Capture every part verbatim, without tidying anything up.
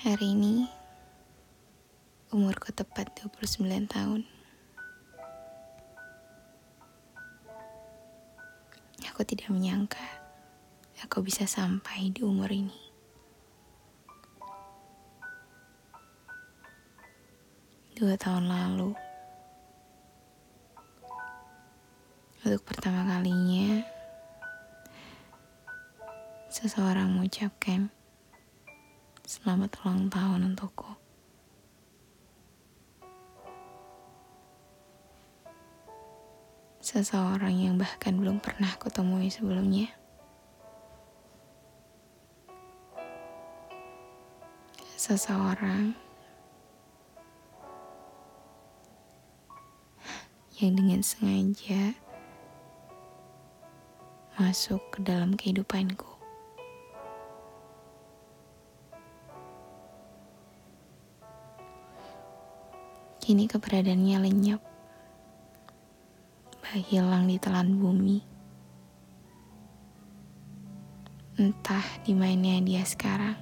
Hari ini, umurku tepat dua puluh sembilan tahun. Aku tidak menyangka aku bisa sampai di umur ini. Dua tahun lalu, untuk pertama kalinya, seseorang mengucapkan selamat ulang tahun untukku. Seseorang yang bahkan belum pernah kutemui sebelumnya. Seseorang yang dengan sengaja masuk ke dalam kehidupanku. Kini keberadaannya lenyap, hilang di telan bumi. Entah di mana dia sekarang.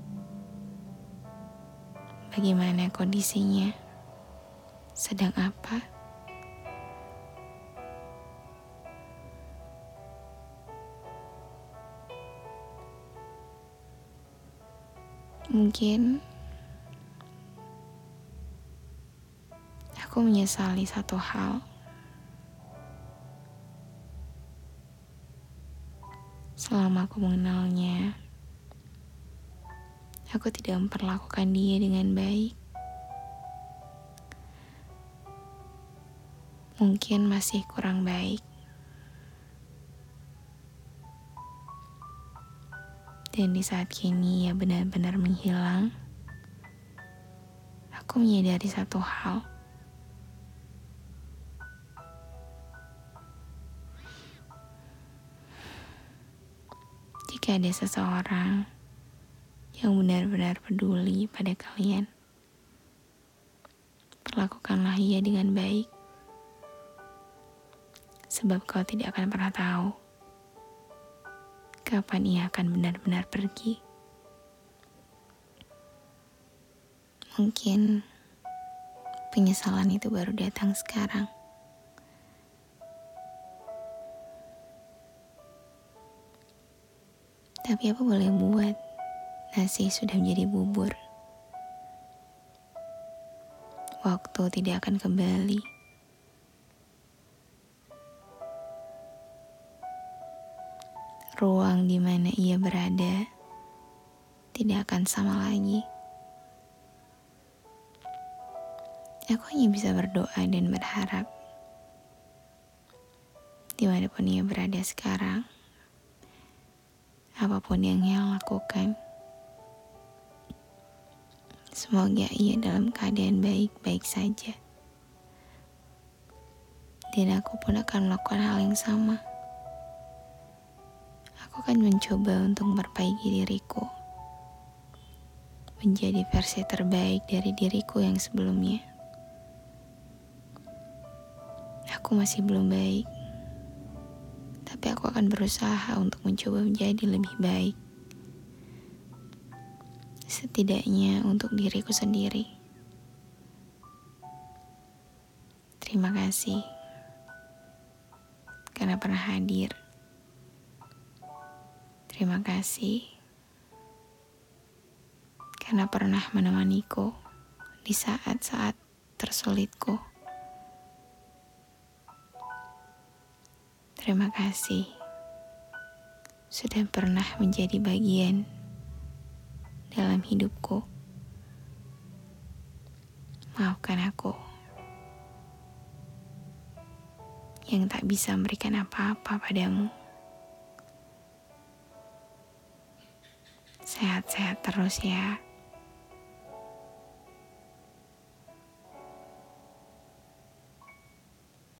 Bagaimana kondisinya? Sedang apa? Mungkin aku menyesali satu hal. Selama aku mengenalnya, aku tidak memperlakukan dia dengan baik. Mungkin masih kurang baik. Dan di saat kini ia benar-benar menghilang, aku menyadari satu hal. Jika ada seseorang yang benar-benar peduli pada kalian, perlakukanlah ia dengan baik. Sebab kau tidak akan pernah tahu kapan ia akan benar-benar pergi. Mungkin penyesalan itu baru datang sekarang. Tapi apa boleh buat, nasi sudah menjadi bubur. Waktu tidak akan kembali. Ruang di mana ia berada tidak akan sama lagi. Aku hanya bisa berdoa dan berharap dimanapun ia berada sekarang, apapun yang ia lakukan, semoga ia dalam keadaan baik-baik saja. Dan aku pun akan melakukan hal yang sama. Aku akan mencoba untuk memperbaiki diriku, menjadi versi terbaik dari diriku yang sebelumnya. Aku masih belum baik, tapi aku akan berusaha untuk mencoba menjadi lebih baik. Setidaknya untuk diriku sendiri. Terima kasih karena pernah hadir. Terima kasih karena pernah menemaniku di saat-saat tersulitku. Terima kasih sudah pernah menjadi bagian dalam hidupku. Maafkan aku yang tak bisa memberikan apa-apa padamu. Sehat-sehat terus ya.